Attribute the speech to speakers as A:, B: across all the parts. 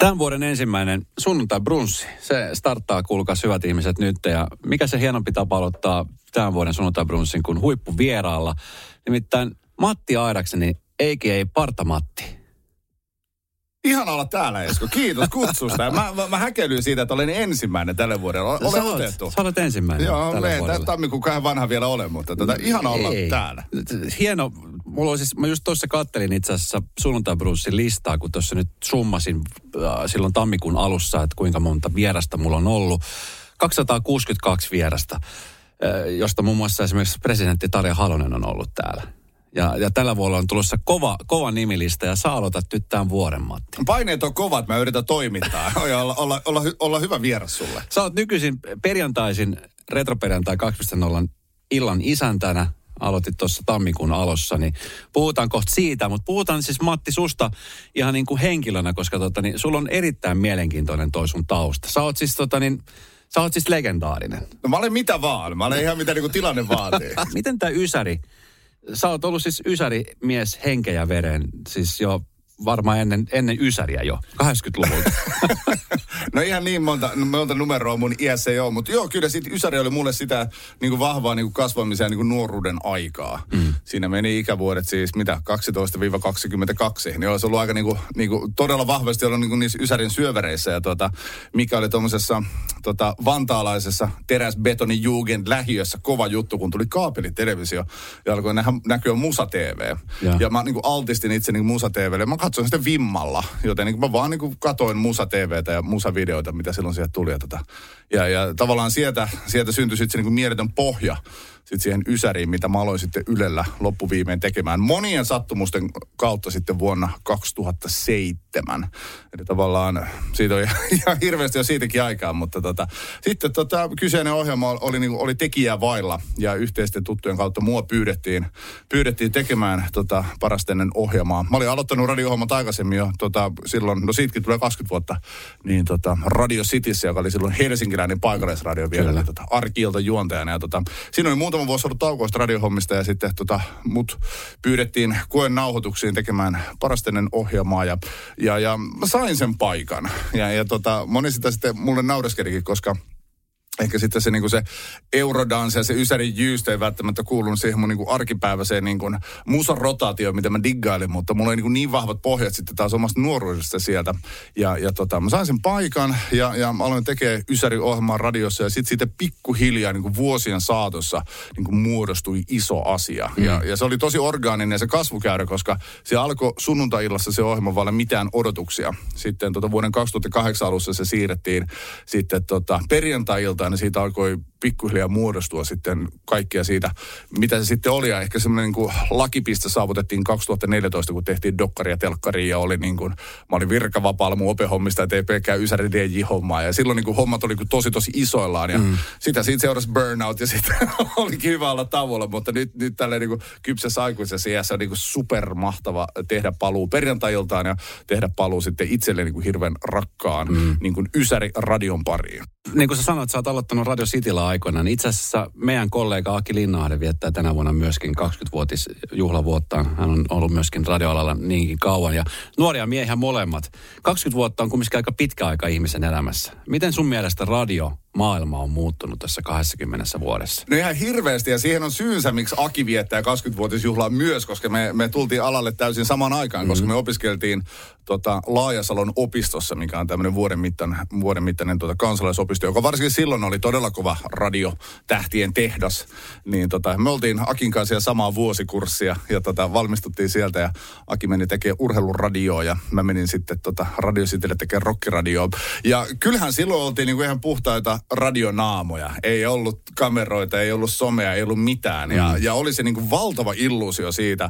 A: Tämän vuoden ensimmäinen sunnuntai-brunssi. Se starttaa, kuulkaas hyvät ihmiset, nyt. Ja mikä se hienompi tapa aloittaa tämän vuoden sunnuntai-brunssin kuin huippuvieraalla. Nimittäin Matti Aidakseni, a.k.a. Parta-Matti.
B: Ihan olla täällä, Esko. Kiitos kutsusta. Mä häkelyin siitä, että olen ensimmäinen tälle vuodelle. Olen otettu.
A: Sä olet ensimmäinen.
B: Joo,
A: tälle vuodelle.
B: Tammikuun vähän vanha vielä ole, mutta ihan olla täällä.
A: Hieno. Mä just tuossa kattelin itse asiassa sunnuntai-brunssin listaa, kun tuossa nyt summasin silloin tammikuun alussa, että kuinka monta vierasta mulla on ollut. 262 vierasta, josta muun muassa esimerkiksi presidentti Tarja Halonen on ollut täällä. Ja tällä vuonna on tulossa kova nimilista ja sä aloitat nyt tämän vuoden, Matti.
B: Paineet on kovat, mä yritän toimittaa ja olla hyvä vieras sulle.
A: Sä oot nykyisin perjantaisin Retroperjantai 2.0 illan isäntänä. Aloitit tuossa tammikuun alussa, niin puhutaan kohta siitä, mutta puhutaan siis Matti susta ihan niin kuin henkilönä, koska sulla on erittäin mielenkiintoinen toi sun tausta. Sä oot siis legendaarinen.
B: No mä olen mitä vaan, mä olen ihan mitä niin kuin tilanne vaatii.
A: Miten tää ysäri? Sä oot ollut siis ysärimies henkeä ja veren, siis jo varmaan ennen ysäriä jo, 80-luvulta.
B: No ihan niin monta numeroa mun iässä ei ole, mutta joo, kyllä sit ysäri oli mulle sitä niin kuin vahvaa niin kuin kasvamisen ja niin kuin nuoruuden aikaa. Siinä meni ikävuodet siis 12-22, niin olisi ollut aika niin kuin todella vahvasti ollut niin kuin niissä ysärin syövereissä. Ja mikä oli tuommoisessa vantaalaisessa teräsbetonin Jugend-lähiössä kova juttu, kun tuli kaapelitelevisio ja alkoi näkyä Musa-TV. Ja mä niin kuin altistin itse niin Musa-TVlle. Mä katsoin sitä vimmalla, joten niin mä vaan niin katoin Musa-TVtä ja Musa-videoita, mitä silloin sieltä tuli. Ja tavallaan sieltä syntyi sitten se niin kuin mieletön pohja sitten siihen ysäriin, mitä mä aloin sitten Ylellä loppuviimein tekemään. Monien sattumusten kautta sitten vuonna 2007. Eli tavallaan siitä on ihan hirveästi jo siitäkin aikaa, mutta sitten kyseinen ohjelma oli tekijää vailla ja yhteisten tuttujen kautta mua pyydettiin tekemään parasta ennen ohjelmaa. Mä olin aloittanut radio-ohjelmat aikaisemmin jo silloin, no siitäkin tulee 20 vuotta, niin Radio Cityssä, joka oli silloin helsinkiläinen paikallisradio vielä, niin Arki-ilta juontajana. Ja siinä oli muutama vuosi ollut taukoista radiohommista ja sitten mut pyydettiin koen nauhoituksiin tekemään parasta ennen ohjelmaa ja mä sain sen paikan. Ja moni sitä sitten mulle naureskelikin, koska ehkä sitten se, niin kuin se eurodance ja se ysärin jyystä ei välttämättä kuulunut siihen mun niin kuin arkipäiväiseen niin kuin musan rotaatioon, mitä mä diggailin, mutta mulla oli niin vahvat pohjat sitten taas omasta nuoruudesta sieltä. Ja mä sain sen paikan ja aloin tekemään ysäri-ohjelmaa radiossa ja sitten siitä pikkuhiljaa niin kuin vuosien saatossa niin kuin muodostui iso asia. Ja se oli tosi orgaaninen se kasvukäyrä, koska se alkoi sunnuntai-illassa se ohjelma vailla mitään odotuksia. Sitten vuoden 2008 alussa se siirrettiin sitten perjantai-iltaan. Ja siitä alkoi pikkuhiljaa muodostua sitten kaikkea siitä, mitä se sitten oli. Ja ehkä semmoinen niin kuin lakipiste saavutettiin 2014, kun tehtiin dokkaria telkkariin ja oli niin kuin, mä olin virkavapaalla mun opehommista ja tein pelkkää ysäri DJ-hommaa. Ja silloin niin kuin hommat oli tosi isoillaan ja siitä seurasi burnout ja sitten olikin hyvä olla tauolla. Mutta nyt tälleen niin kuin kypsessä aikuisessa iässä on niin kuin supermahtava tehdä paluu perjantai-iltaan ja tehdä paluu sitten itselleen niin kuin hirveän rakkaan niin kuin ysäri-radion pariin.
A: Niin kuin sä sanoit, sä oot aloittanut Radio Cityllä aikoinaan. Itse asiassa meidän kollega Aki Linnahde viettää tänä vuonna myöskin 20-vuotisjuhlavuottaan. Hän on ollut myöskin radioalalla niinkin kauan. Ja nuoria miehiä molemmat. 20 vuotta on kumminkin aika pitkä aika ihmisen elämässä. Miten sun mielestä radiomaailma on muuttunut tässä 20 vuodessa?
B: No ihan hirveästi ja siihen on syynsä, miksi Aki viettää 20-vuotisjuhlaa myös, koska me tultiin alalle täysin samaan aikaan, koska me opiskeltiin Laajasalon opistossa, mikä on tämmöinen vuoden mittainen kansalaisopisto, joka varsinkin silloin oli todella kova radiotähtien tehdas. Niin me oltiin Akin kanssa samaa vuosikurssia ja valmistuttiin sieltä ja Aki meni tekemään urheiluradioa ja mä menin sitten Radio Citylle tekemään rockiradioa. Ja kyllähän silloin oltiin niinku ihan puhtaita radionaamoja. Ei ollut kameroita, ei ollut somea, ei ollut mitään. Ja oli se niinku valtava illuusio siitä,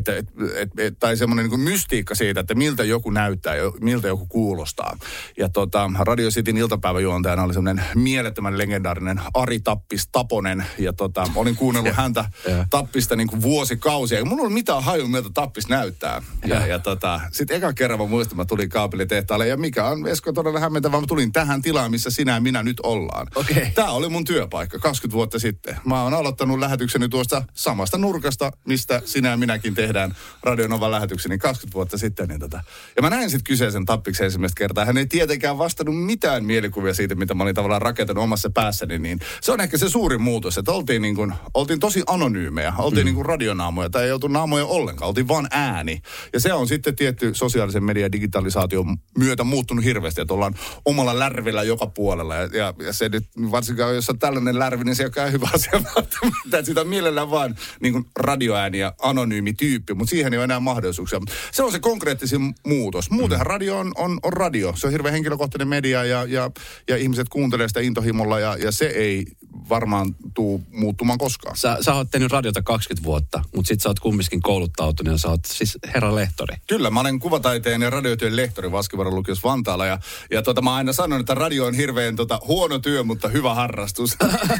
B: tai semmoinen niinku mystiikka siitä, että miltä joku näyttää ja miltä joku kuulostaa. Ja Radio Cityn iltapäiväjuontajana oli semmoinen mielettömän legendaarinen Ari Tappis-Taponen. Ja olin kuunnellut häntä Tappista niinku vuosikausia. Ei mulla ollut mitään haju, miltä Tappis näyttää. Ja sitten eka kerran mä muistan, mä tulin kaapelitehtaalle. Ja mikä on, Esko, todella hämmentävää, mä tulin tähän tilaan, missä sinä ja minä nyt ollaan. ollaan.
A: Okay.
B: Tämä oli mun työpaikka 20 vuotta sitten. Mä oon aloittanut lähetykseni tuosta samasta nurkasta, mistä sinä ja minäkin tehdään Radio Novan lähetykseni 20 vuotta sitten. Niin Ja mä näin sitten kyseisen tappiksen ensimmäistä kertaa. Hän ei tietenkään vastannut mitään mielikuvia siitä, mitä mä olin tavallaan rakentanut omassa päässäni. Niin se on ehkä se suurin muutos, että oltiin tosi anonyymejä. Oltiin niin kuin radionaamoja tai ei oltu naamoja ollenkaan. Oltiin vaan ääni. Ja se on sitten tietty sosiaalisen median ja digitalisaation myötä muuttunut hirveästi, että ollaan omalla lärvillä joka puolella. Ja se nyt, varsinkaan jos on tällainen lärvi, niin se ei ole hyvä asia välttämättä. Sitä on mielellään vaan niin kuin radioääni ja anonyymi tyyppi, mutta siihen ei ole enää mahdollisuuksia. Se on se konkreettisin muutos. Muutenhan radio on radio. Se on hirveän henkilökohtainen media ja ihmiset kuuntelee sitä intohimolla ja se ei varmaan tuu muuttumaan koskaan.
A: Sä oot tehnyt radiota 20 vuotta, mutta sit sä oot kumminkin kouluttautunut ja sä oot siis herra lehtori.
B: Kyllä, mä olen kuvataiteen ja radiotyön lehtori Vaskivaran lukiossa Vantaalla ja mä aina sanon, että radio on hirveän huono työ, mutta hyvä harrastus.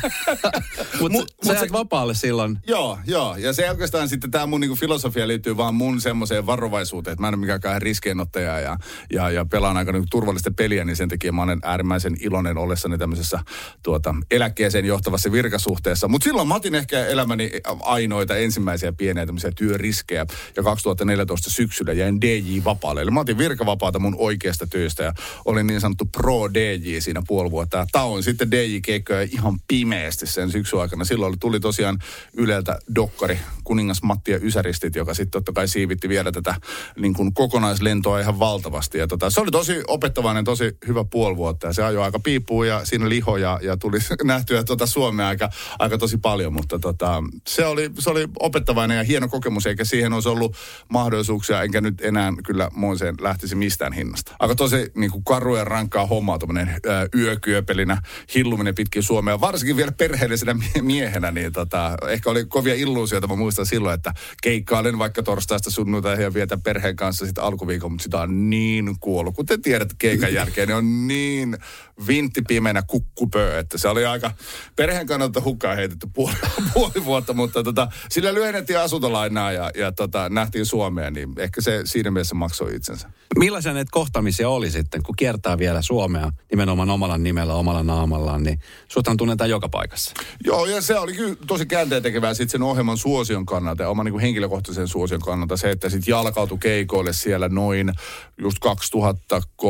A: Mutta sä jäät vapaalle silloin.
B: Joo, ja se oikeastaan sitten tämä mun niinku filosofia liittyy vaan mun semmoiseen varovaisuuteen, että mä en ole mikään riskienottaja ja pelaan aika niinku turvallista peliä, niin sen takia mä olen äärimmäisen iloinen ollessani tämmöisessä eläkkeeseen johtavassa virkasuhteessa. Mutta silloin mä otin ehkä elämäni ainoita ensimmäisiä pieniä tämmöisiä työriskejä ja 2014 syksyllä jäin DJ-vapaalle. Eli mä otin virkavapaata mun oikeasta työstä ja olin niin sanottu pro-DJ siinä puoli vuotta. Ja taoin sitten DJ-keikkoja ihan pimeästi sen syksyn aikana. Silloin tuli tosiaan Yleltä dokkari Kuningas Matti ja Ysäristit, joka sitten totta kai siivitti vielä tätä niin kuin kokonaislentoa ihan valtavasti. Ja se oli tosi opettavainen, tosi hyvä puoli vuotta ja se ajoi aika piippuun ja siinä lihoja ja tuli nähtyä Suomea aika tosi paljon, mutta se oli opettavainen ja hieno kokemus, eikä siihen olisi ollut mahdollisuuksia, enkä nyt enää kyllä moiseen lähtisi mistään hinnasta. Aika tosi niin kuin karu ja rankkaa hommaa, tuommoinen yökyöpelinä hilluminen pitkin Suomea, varsinkin vielä perheellisenä miehenä, niin ehkä oli kovia illuusioita, mä muistan silloin, että keikkailen vaikka torstaista sunnuntaihin ja vietän perheen kanssa sitten alkuviikon, mutta sitä on niin kuollut. Kun te tiedätte keikan jälkeen, niin on niin vinttipimeänä kukkupöö, että se oli aika perheen kannalta hukkaan heitetty puoli vuotta, mutta sillä lyhennettiin asuntolainaa ja nähtiin Suomea, niin ehkä se siinä mielessä maksoi itsensä.
A: Millaisia näitä kohtaamisia oli sitten, kun kiertää vielä Suomea nimenomaan omalla nimellä, omalla naamallaan, niin suthan tunnetaan joka paikassa.
B: Joo, ja se oli kyllä tosi käänteentekevää sitten sen ohjelman suosion kannalta ja oman niin kuin henkilökohtaisen suosion kannalta se, että sitten jalkautui keikoille siellä noin just 2013-2014,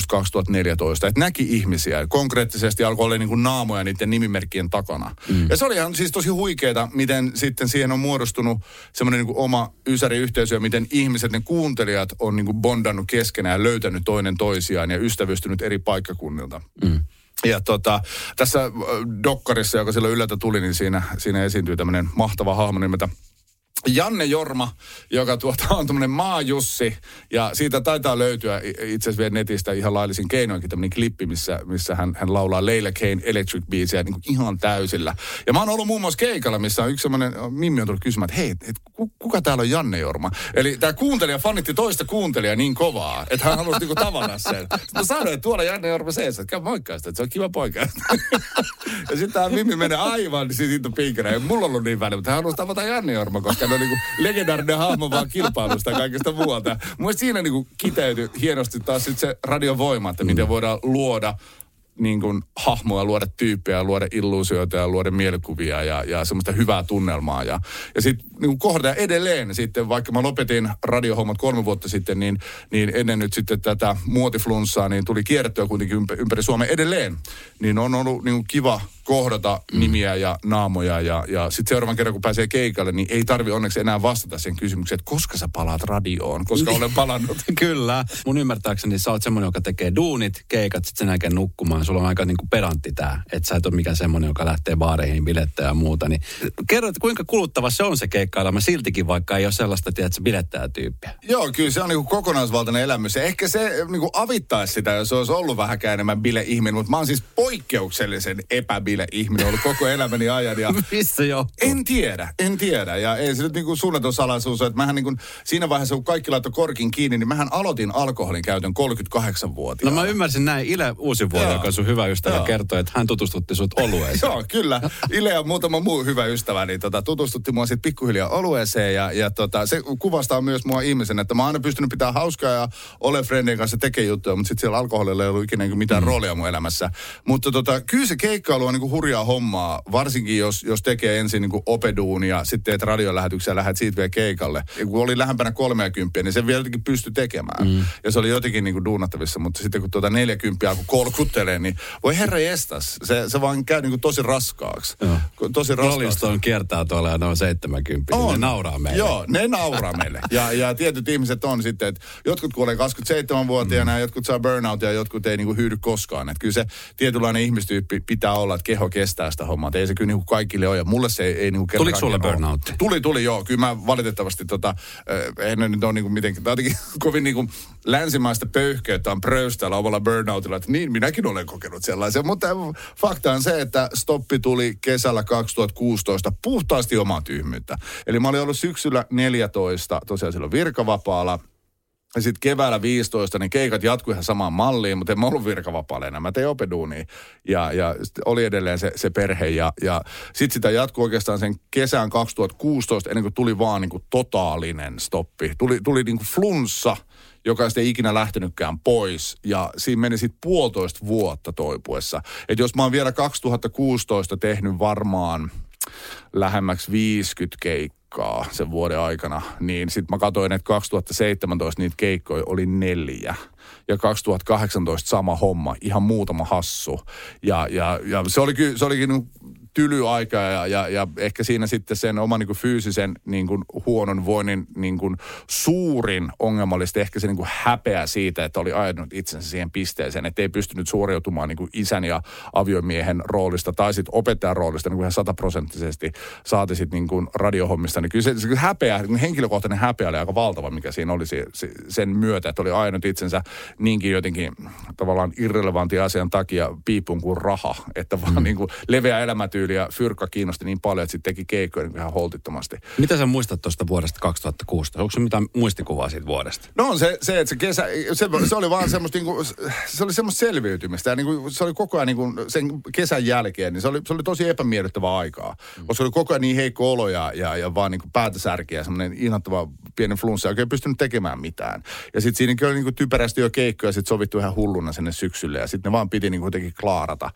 B: että näki ihmisiä. Konkreettisesti alkoi olla niin kuin naamoja niiden nimimerkkien takana. Ja se oli ihan siis tosi huikeeta, miten sitten siihen on muodostunut semmoinen niin kuin oma ysäriyhteisö ja miten ihmiset, ne kuuntelijat on niin kuin bondannut keskenään ja löytänyt toinen toisiaan ja ystävystynyt eri paikkakunnilta. Ja tässä dokkarissa, joka silloin Yleltä tuli, niin siinä esiintyy tämmöinen mahtava hahmo nimeltä Janne Jorma, joka on tämmöinen maajussi, ja siitä taitaa löytyä itse asiassa vielä netistä ihan laillisin keinoinkin tämmöinen klippi, missä hän laulaa Leila Kane Electric-biisiä niin kuin ihan täysillä. Ja mä oon ollut muun muassa keikalla, missä on yksi semmoinen, Mimmi on tullut kysymään, että hei, kuka täällä on Janne Jorma? Eli tää kuuntelija fanitti toista kuuntelijaa niin kovaa, että hän halusi niinku tavata sen. Sitten mä sanoin, että tuolla Janne Jorma seessä, että käy moikkaa sitä, että se on kiva poika. Ja sitten tää Mimmi menee aivan siitä pinkänä. Ei mulla ollut niin väliä, mutta hän halusi tavata Janne Jorma, koska hän on niinku legendaarinen hahmo vaan kilpailusta ja kaikesta muuta. Mun siinä niinku kiteytyi hienosti taas sit se radion voima, että miten voidaan luoda niin kuin hahmoja, luoda tyyppejä, luoda illuusioita ja luoda mielikuvia ja semmoista hyvää tunnelmaa. Ja sitten niin kohdata edelleen sitten, vaikka mä lopetin radiohommat 3 vuotta sitten, niin ennen nyt sitten tätä muotiflunssaa, niin tuli kierrettyä kuitenkin ympäri Suomea edelleen. Niin on ollut niin kuin kiva kohdata nimiä ja naamoja ja sitten seuraavan kerran, kun pääsee keikalle, niin ei tarvi onneksi enää vastata sen kysymykseen, että koska sä palaat radioon, koska olen palannut.
A: Kyllä. Mun ymmärtääkseni sä oot semmoinen, joka tekee duunit, keikat, sitten sen jälkeen nukkumaan. Sulla on aika niin kuin pedantti tää, että sä et ole mikään semmoinen, joka lähtee baareihin, bilettää ja muuta. Niin kerro, että kuinka kuluttava se on se keikkailema siltikin, vaikka ei ole sellaista, että sä bilettää tyyppiä.
B: Joo, kyllä se on niin kuin kokonaisvaltainen elämys. Ja ehkä se niin kuin avittaisi sitä, jos se olisi ollut vähänkään enemmän bile-ihminen, mutta mä oon siis poikkeuksellisen ihminen ollut koko elämäni ajan. Ja
A: missä johtuu?
B: En tiedä. Ja ei se nyt niin kuin sunnaton salaisuus, että mähän niin kuin siinä vaiheessa, kun kaikki laittoi korkin kiinni, niin mähän aloitin alkoholin käytön 38-vuotiaana.
A: No mä ymmärsin näin Ile Uusivuoden, joka sun hyvä ystävä kertoi, että hän tutustutti sut olueeseen.
B: Joo, kyllä. Ile ja muutama muu hyvä ystävä niin tutustutti mua sitten pikkuhiljaa olueeseen ja se kuvastaa myös mua ihmisen, että mä oon aina pystynyt pitää hauskaa ja ole friendien kanssa tekee juttuja, mutta sitten siellä alkoholilla ei ollut ikinä mitään roolia mun elämässä. Mutta kyllä se keikkailu on niinku hurjaa hommaa, varsinkin jos tekee ensin niinku opeduunia, sitten teet radiolähetyksiä ja lähdet siitä vielä keikalle. Ja kun oli lähempänä 30, niin se vielä jotenkin pystyi tekemään. Ja se oli jotenkin niinku duunattavissa, mutta sitten kun 40 alkoi kolkuttelee, niin voi herra jestas, se vaan käy niinku tosi raskaaksi. Tosi raskaaksi.
A: Rolling Stone kiertää tuolla ja noin 70, ne nauraa meille.
B: Joo, ne nauraa meille. Ja tietyt ihmiset on sitten, että jotkut kuolee 27-vuotiaana ja jotkut saa burnout ja jotkut ei niinku hyydy koskaan. Että kyllä se tietynlainen ihmistyyppi pitää olla, että keho kestää sitä hommaa. Ei se kyllä niinku kaikille ole ja mulle se ei niinku kerran.
A: Tuliko sulle burnoutti?
B: Tuli joo. Kyllä mä valitettavasti eihän ne nyt ole niinku mitenkään, jotenkin kovin niinku länsimaista pöyhkeyttä on pröystäällä omalla burnoutilla, että niin minäkin olen kokenut sellaisen. Mutta fakta on se, että stoppi tuli kesällä 2016 puhtaasti omaa tyhmyyttä. Eli mä olin ollut syksyllä 14 tosiaan silloin virkavapaalla. Ja sitten keväällä 15, niin keikat jatkui ihan samaan malliin, mutta en mä ollut virkavapaalla enää. Mä tein opeduunia ja oli edelleen se perhe. Ja sitten sitä jatkui oikeastaan sen kesän 2016, ennen kuin tuli vaan niin kuin totaalinen stoppi. Tuli niin kuin flunssa, joka ei sitten ikinä lähtenytkään pois. Ja siinä meni sitten 1,5 vuotta toipuessa. Että jos mä oon vielä 2016 tehnyt varmaan lähemmäksi 50 keikkaa sen vuoden aikana, niin sitten mä katsoin, että 2017 niitä keikkoja oli 4. Ja 2018 sama homma, ihan muutama hassu. Ja se olikin tyly aika ja ehkä siinä sitten sen oman niin kuin fyysisen niin kuin huonon voinnin niin kuin suurin ongelma oli sitten ehkä se niin kuin häpeä siitä, että oli ajanut itsensä siihen pisteeseen, että ei pystynyt suoriutumaan niin kuin isän ja aviomiehen roolista tai sitten opettajan roolista niin kuin ihan 100% saati sitten niin kuin radiohommista. Niin kyllä se häpeä, henkilökohtainen häpeä oli aika valtava, mikä siinä oli sen myötä, että oli ajanut itsensä niinkin jotenkin tavallaan irrelevantin asian takia piipun kuin raha, että vaan niin kuin leveä elämätyyli ja fyrkka kiinnosti niin paljon, että sitten teki keikkoja niin ihan holtittomasti.
A: Mitä sä muistat tuosta vuodesta 2016? Onko se mitään muistikuvaa siitä vuodesta?
B: No on se että se kesä, se oli vaan semmoista niinku, se oli semmoista selviytymistä ja niinku, se oli koko ajan niinku sen kesän jälkeen, niin se oli tosi epämiellyttävää aikaa. Koska se oli koko ajan niin heikko olo ja vaan niinku päätä särkiä, semmoinen inhottava pieni flunssa, joka ei pystynyt tekemään mitään. Ja sitten siinäkin oli niinku typerästi jo keikkoja, sitten sovittu ihan hulluna sinne syksylle ja sitten ne vaan piti niinku jotenkin klaarata.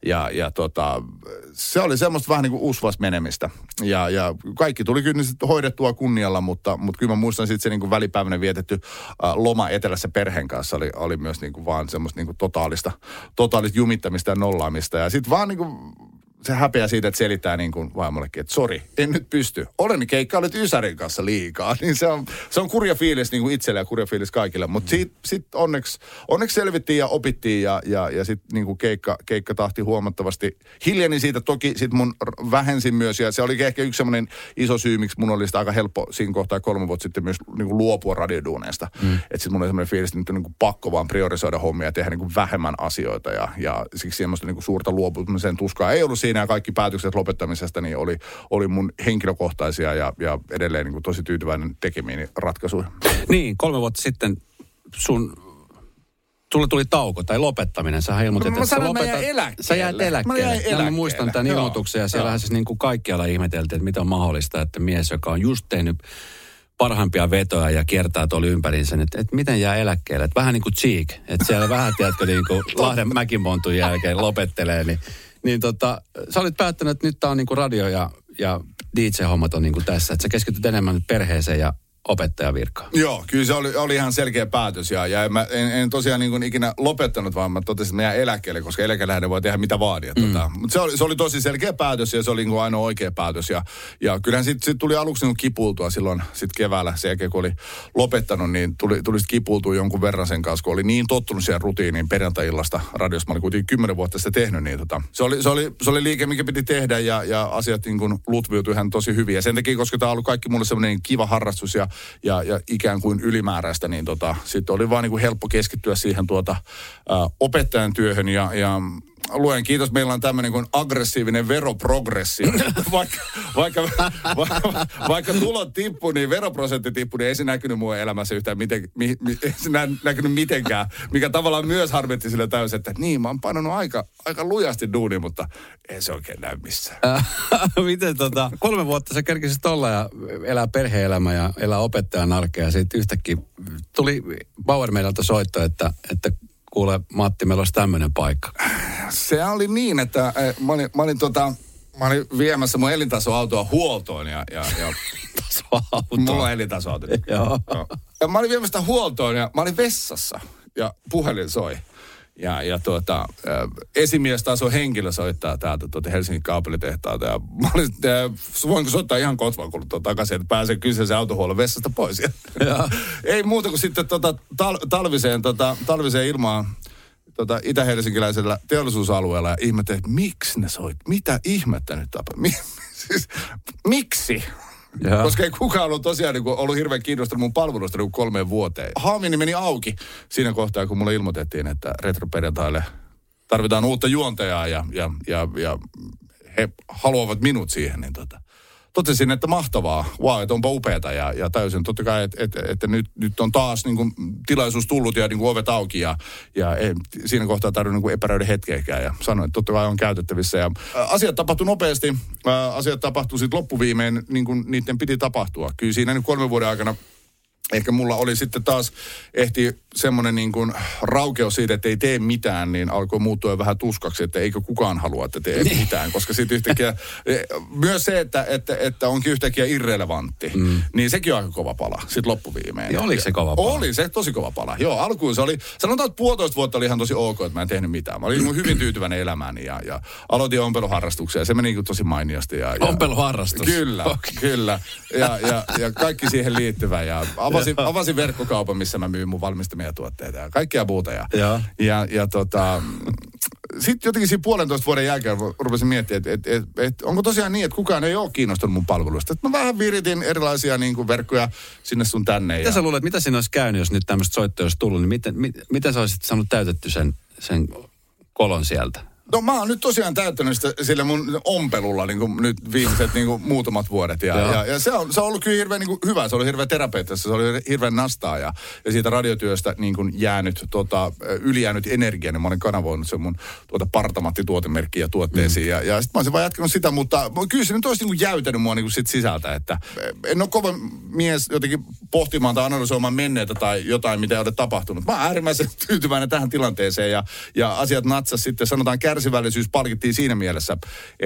B: Se oli semmoista vähän niin kuin usvas menemistä. Ja kaikki tuli kyllä sitten hoidettua kunnialla, mutta kyllä mä muistan sitten se niin kuin välipäivänä vietetty loma etelässä perheen kanssa oli myös niin kuin vaan semmoista niin kuin totaalista jumittamista ja nollaamista. Ja sitten vaan niin kuin se häpeä siitä, että selittää niin kuin vaimollekin, että sori, en nyt pysty. Olen keikkailut Ysärin kanssa liikaa. Niin se on kurja fiilis niin kuin itselle ja kurja fiilis kaikille. Mutta sitten onneksi selvittiin ja opittiin ja sitten niin kuin keikka tahti huomattavasti. Hiljeni siitä toki sitten mun vähensin myös ja se oli ehkä yksi semmoinen iso syy, miksi mun oli sitä aika helppo siinä kohtaa 3 vuotta sitten myös niin kuin luopua radioduuneista. Että sitten mun oli semmoinen fiilis, että nyt on niin kuin pakko vaan priorisoida hommia ja tehdä niin kuin vähemmän asioita ja siksi semmoista niin kuin suurta luopumisen tuskaa ei ollut siinä ja kaikki päätökset lopettamisesta niin oli mun henkilökohtaisia ja edelleen niin kuin tosi tyytyväinen tekemiini ratkaisuja.
A: Niin, 3 vuotta sitten sulle tuli tauko tai lopettaminen. Sähän ilmoitit, että sä jäät eläkkeelle. Ja mä muistan tämän ilmoituksen ja siellähän siis niin kuin kaikkialla ihmeteltiin, että mitä on mahdollista, että mies, joka on just tehnyt parhaimpia vetoja ja kiertää tuolla ympäriinsä, että miten jää eläkkeelle. Että vähän niin kuin Cheek, että siellä vähän tiedätkö niin kuin Lahden Mäkimontun jälkeen lopettelee, niin sä olit päättänyt, että nyt tää on niinku radio ja DJ-hommat on niinku tässä, että sä keskityt enemmän nyt perheeseen ja opettajavirkaan. Joo,
B: kyllä se oli ihan selkeä päätös ja en tosiaan niin kuin ikinä lopettanut, vaan mä totesin, että mä jään eläkkeelle, koska eläkeläinen voi tehdä mitä vaadi. Mutta se oli tosi selkeä päätös ja se oli niin kuin ainoa oikea päätös ja kyllähän sitten tuli aluksi niin kuin kipuiltua silloin sit keväällä sen jälkeen, kun oli lopettanut, niin tuli sitten kipuiltua jonkun verran sen kanssa, kun oli niin tottunut siihen rutiiniin perjantai-illasta radiossa. Mä olin kuitenkin 10 vuotta sitä tehnyt, niin se oli liike, mikä piti tehdä ja asiat niin kuin lutviutui ihan tosi hyvin. Ja sen takia, koska tämä on ollut kaikki mulle semmoinen kiva harrastus ja ikään kuin ylimääräistä, niin sitten oli vaan niin kuin helppo keskittyä siihen opettajan työhön ja luen kiitos, meillä on tämmöinen kuin aggressiivinen veroprogressio. Vaikka tulot tippuu, niin veroprosentti tippuu, niin ei se näkynyt mun elämässä yhtään ei se näkynyt mitenkään. Mikä tavallaan myös harmitti sille täysin, että niin, mä oon painanut aika lujasti duuni, mutta ei se oikein näy missään.
A: Miten 3 vuotta sä kerkisit olla ja elää perhe-elämä ja elää opettajan arkea ja sitten yhtäkkiä tuli Bauer meiltä soitto, että kuule Matti, meillä olisi tämmöinen paikka.
B: Se oli niin, että mä olin viemässä mun elintasoautoa huoltoon ja mulla on elintasoauto.
A: Joo.
B: Ja mä olin viemässä sitä huoltoon ja mä olin vessassa ja puhelin soi. Ja esimiestason henkilö soittaa täältä Helsingin kaapelitehtaalta. Ja mä olin, voinko soittaa ihan kotvan kuluttua takaisin, että pääsen kyseisen autohuollon vessasta pois. Ei muuta kuin sitten talviseen ilmaan itä-helsinkiläisellä teollisuusalueella ja ihmettelin, että miksi ne soit? Mitä ihmettä nyt tapahtuu? Siis, miksi? Ja. Koska ei kukaan ollut tosiaan ollut hirveän kiinnostunut mun palvelusta 3 vuoteen. Haamini meni auki siinä kohtaa, kun mulle ilmoitettiin, että retroperjantaille tarvitaan uutta juontajaa ja he haluavat minut siihen, niin totesin, että mahtavaa, että onpa upeata ja täysin totta kai, että nyt on taas niin kuin tilaisuus tullut ja niin kuin ovet auki ja ei siinä kohtaa tarvitse niin epäröidä hetkeäkään ja sanoin, että totta kai on käytettävissä ja asiat tapahtui nopeasti, asiat tapahtui sitten loppuviimein niin kuin niiden piti tapahtua. Kyllä siinä nyt 3 vuoden aikana ehkä mulla oli sitten taas ehti semmoinen niin kuin raukeus siitä, että ei tee mitään, niin alkoi muuttua vähän tuskaksi, että eikö kukaan halua, että tee mitään. Koska sitten yhtäkkiä, myös se, että onkin yhtäkkiä irrelevantti, niin sekin on aika kova pala sitten loppuviimeen.
A: Ja oliko se kova pala?
B: Oli se tosi kova pala. Joo, alkuun se oli, sanotaan, että 1,5 vuotta oli ihan tosi ok, että mä en tehnyt mitään. Mä olin hyvin tyytyväinen elämääni ja aloitin ompeluharrastuksia ja se meni tosi mainiosti.
A: Ompeluharrastus?
B: Kyllä, kyllä. Ja kaikki siihen liittyvä ja avasin verkkokaupan, missä mä myyn mun valmistamia tuotteita ja kaikkea muuta. Sitten jotenkin siinä 1,5 vuoden jälkeen rupesin miettimään, että onko tosiaan niin, että kukaan ei ole kiinnostunut mun palveluista. Että mä vähän viritin erilaisia niin kuin verkkoja sinne sun tänne.
A: Mitä sä luulet, mitä siinä olisi käynyt, jos nyt tämmöistä soittoa olisi tullut, niin miten sä olisit saanut täytetty sen kolon sieltä?
B: No mä oon nyt tosiaan täyttänyt sitä sillä mun ompelulla niin kuin nyt viimeiset niin kuin muutamat vuodet. Ja se on ollut kyllä hirveän niin kuin hyvä. Se oli hirveän terapeuttista, se oli hirveän nastaa. Ja siitä radiotyöstä niin kuin ylijäänyt energia, niin mä olin kanavoinut sen mun Partamatti-tuotemerkkiä ja tuotteisiin. Ja sitten mä olisin vaan jatkanut sitä, mutta kyllä se nyt olisi niin kuin jäytänyt mua niin kuin sit sisältä. Että en ole kova mies jotenkin pohtimaan tai analysoimaan menneitä tai jotain, mitä ei ole tapahtunut. Mä oon äärimmäisen tyytyväinen tähän tilanteeseen ja asiat natsas sitten, sanotaan kärsivällisyys palkittiin siinä mielessä,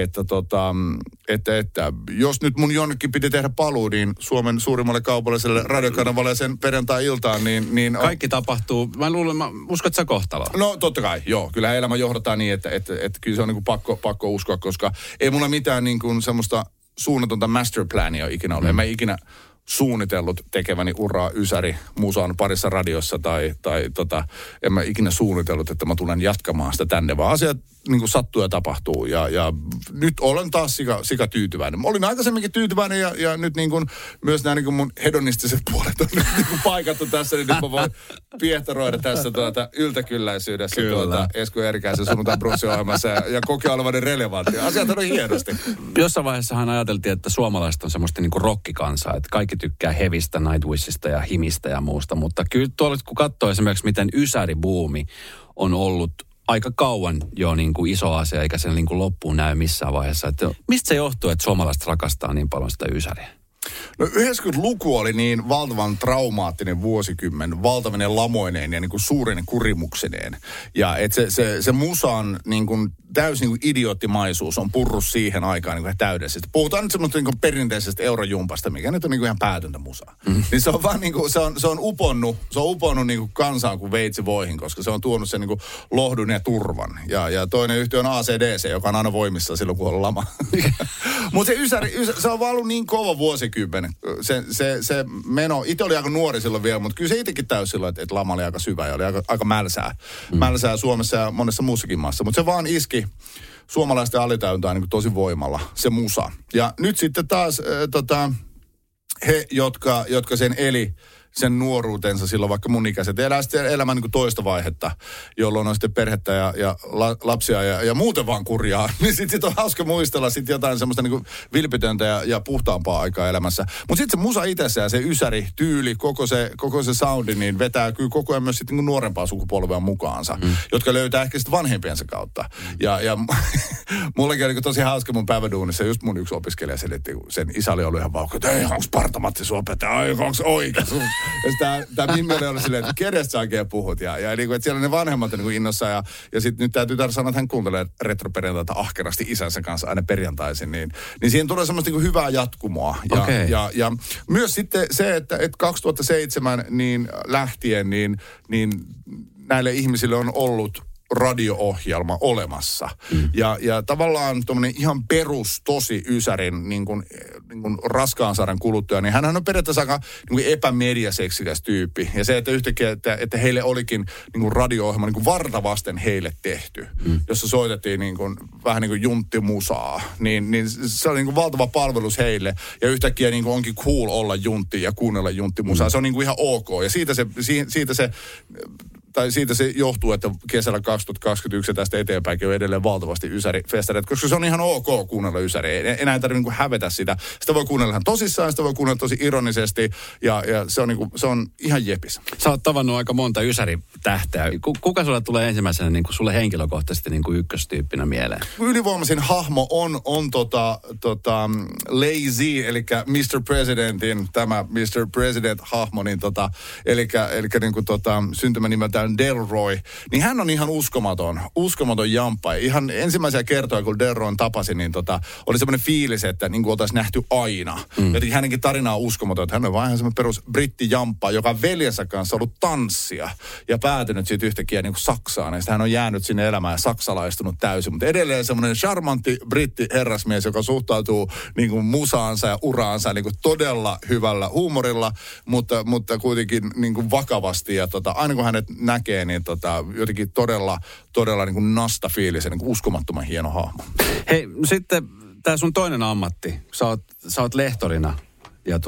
B: että jos nyt mun jonnekin piti tehdä paluu, niin Suomen suurimmalle kaupalliselle radiokanavalle sen perjantai-iltaan, niin
A: kaikki tapahtuu. Mä uskon, että se kohtalo.
B: No totta kai, joo. Kyllä elämä johdataan niin, että kyllä se on niin kuin pakko uskoa, koska ei mulla mitään niin kuin semmoista suunnatonta masterplania ikinä ole. En mä ikinä suunnitellut tekeväni uraa Ysäri musan parissa radiossa tai en mä ikinä suunnitellut, että mä tulen jatkamaan sitä tänne, vaan asiat niin kuin sattuu ja tapahtuu ja nyt olen taas sika tyytyväinen. Mä olin aikaisemminkin tyytyväinen ja nyt niin kuin myös nämä niin kuin mun hedonistiset puolet on niin kuin paikattu tässä, niin nyt mä voin piehtaroida tässä yltäkylläisyydessä Esko Eerikäisen sunnuntain brussiohjelmassa ja kokea olevani relevantti. Asiat on hienosti.
A: Jossain vaiheessahan ajateltiin, että suomalaiset on semmoista niin kuin rockikansaa, että kaikki tykkää Hevistä, Nightwishista ja Himistä ja muusta, mutta kyllä tuolla kun katsoo esimerkiksi, miten Ysäri-buumi on ollut aika kauan jo niin kuin iso asia, eikä sen niin kuin loppuun näy missään vaiheessa. Että mistä se johtuu, että suomalaiset rakastaa niin paljon sitä Ysäriä?
B: No 90-luku oli niin valtavan traumaattinen vuosikymmen, valtavinen lamoineen ja niin kuin suurinen kurimuksineen. Ja että se musan niin kuin täysin niin kuin idioottimaisuus on purrut siihen aikaan niin kuin täydellisesti. Puhutaan nyt semmoista niin kuin perinteisestä eurojumpasta, mikä nyt on niin kuin ihan päätöntä musaa. Niin se on vaan niin kuin, se on uponnut niin kuin kansaan kuin veitsi voihin, koska se on tuonut sen niin kuin lohdun ja turvan. Ja toinen yhtiö on ACDC, joka on aina voimissa silloin, kun on lama. Mutta se on vaan ollut niin kova vuosikymmen. Se meno, itse oli aika nuori silloin vielä, mutta kyllä se itsekin täysin silloin, että lama oli aika syvä ja oli aika mälsää. Mälsää Suomessa ja monessa muussakin maassa. Mutta se vaan iski suomalaisten alitajuntaan niin kuin tosi voimalla, se musa. Ja nyt sitten taas he, jotka sen eli sen nuoruutensa silloin vaikka mun ikäiset. Elää sitten elämän niin kuin toista vaihetta, jolloin on sitten perhettä ja lapsia ja muuten vaan kurjaa. Niin sitten on hauska muistella sitten jotain semmoista niin kuin vilpitöntä ja puhtaampaa aikaa elämässä. Mutta sitten se musa itsessään, se ysäri, tyyli, koko se soundi, niin vetää kyllä koko ajan myös sitten niin kuin nuorempaa sukupolvea mukaansa, jotka löytää ehkä sitten vanhempiensa kautta. Ja mullakin oli tosi hauska mun päiväduunissa, just mun yksi opiskelija selitti, kun sen isä oli ollut ihan vauhko, että ei, onko Parta-Matti sun opettaja, onko oikein? Ja tämä Mimmi oli silleen, että kenestä sä oikein puhut? Ja niin kuin, että siellä ne vanhemmat on niin kuin innossa. Ja sitten nyt tämä tytär sanoo, että hän kuuntelee retroperjantaita ahkerasti isänsä kanssa aina perjantaisin. Niin siihen tulee semmoista niin kuin hyvää jatkumoa. Ja myös sitten se, että 2007 niin lähtien niin näille ihmisille on ollut radio-ohjelma olemassa. Ja tavallaan tuommoinen ihan perus tosi ysärin niin kuin raskaan sarjan kuluttaja, niin hänhän on periaatteessa aika niin kuin epämediaseksikäs tyyppi. Ja se, että yhtäkkiä, että heille olikin niin kuin radio-ohjelma niin kuin vartavasten heille tehty, jossa soitettiin niin kuin, vähän niin kuin junttimusaa, niin se oli niin kuin valtava palvelus heille. Ja yhtäkkiä niin kuin onkin cool olla juntti ja kuunnella junttimusaa. Se on niin kuin ihan ok. Ja siitä se johtuu, että kesällä 2021 ja tästä eteenpäinkin on edelleen valtavasti ysärifestareita, koska se on ihan ok kuunnella ysäriä. Ei enää tarvitse niin hävetä sitä. Sitä voi kuunnella ihan tosissaan, sitä voi kuunnella tosi ironisesti ja se on ihan jepis.
A: Sä oot tavannut aika monta ysäritähteä. Kuka sulle tulee ensimmäisenä niin kuin sulle henkilökohtaisesti niin kuin ykköstyyppinä mieleen?
B: Ylivoimaisin hahmo on Lazy, eli Mr. Presidentin, tämä Mr. President-hahmo, niin eli niin kuin syntymänimeltä Delroy, niin hän on ihan uskomaton jamppa. Ihan ensimmäisiä kertoja, kun Delroyn tapasin, niin oli semmoinen fiilis, että niin kuin oltaisiin nähty aina. Jotenkin hänenkin tarina on uskomaton, että hän on vaan semmoinen perus brittijamppa, joka on veljensä kanssa ollut tanssia ja päätynyt siitä yhtäkkiä niin kuin Saksaan. Ja sitten hän on jäänyt sinne elämään ja saksalaistunut täysin. Mutta edelleen semmoinen charmantti britti herrasmies, joka suhtautuu niin kuin musaansa ja uraansa niin kuin todella hyvällä huumorilla, mutta kuitenkin niin kuin vakavasti. Ja aina kun hänet näkee, niin jotenkin todella niin kuin nasta fiilis ja niin kuin uskomattoman hieno hahmo.
A: Hei, sitten tämä sun toinen ammatti. Sä oot lehtorina ja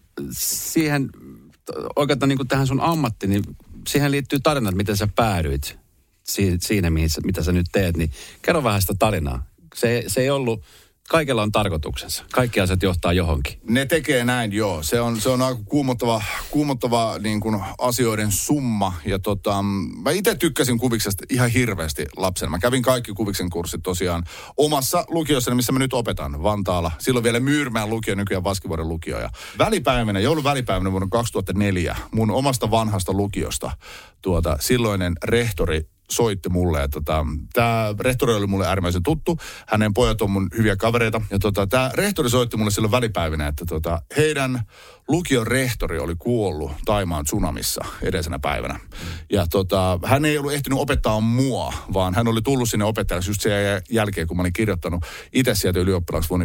A: siihen oikeastaan niin kuin tähän sun ammattiin, niin siihen liittyy tarinat, miten sä päädyit siinä, mitä sä nyt teet. Niin kerro vähän sitä tarinaa. Se ei ollut... Kaikella on tarkoituksensa. Kaikki asiat johtaa johonkin.
B: Ne tekee näin, joo. Se on aika kuumottava niin kuin asioiden summa. Ja mä itse tykkäsin Kuviksesta ihan hirveästi lapsena. Mä kävin kaikki Kuviksen kurssit tosiaan omassa lukiossani, missä mä nyt opetan Vantaalla. Silloin vielä Myyrmään lukio, nykyään Vaskivuoren lukio. Ja joulun välipäivänä vuonna 2004 mun omasta vanhasta lukiosta silloinen rehtori soitti mulle, että tämä rehtori oli mulle äärimmäisen tuttu. Hänen pojat on mun hyviä kavereita. Ja tämä rehtori soitti mulle silloin välipäivinä, että heidän lukion rehtori oli kuollut Thaimaan tsunamissa edellisenä päivänä. Ja hän ei ollut ehtinyt opettaa mua, vaan hän oli tullut sinne opettajaksi just sen jälkeen, kun mä olin kirjoittanut itse sieltä ylioppilaaksi vuonna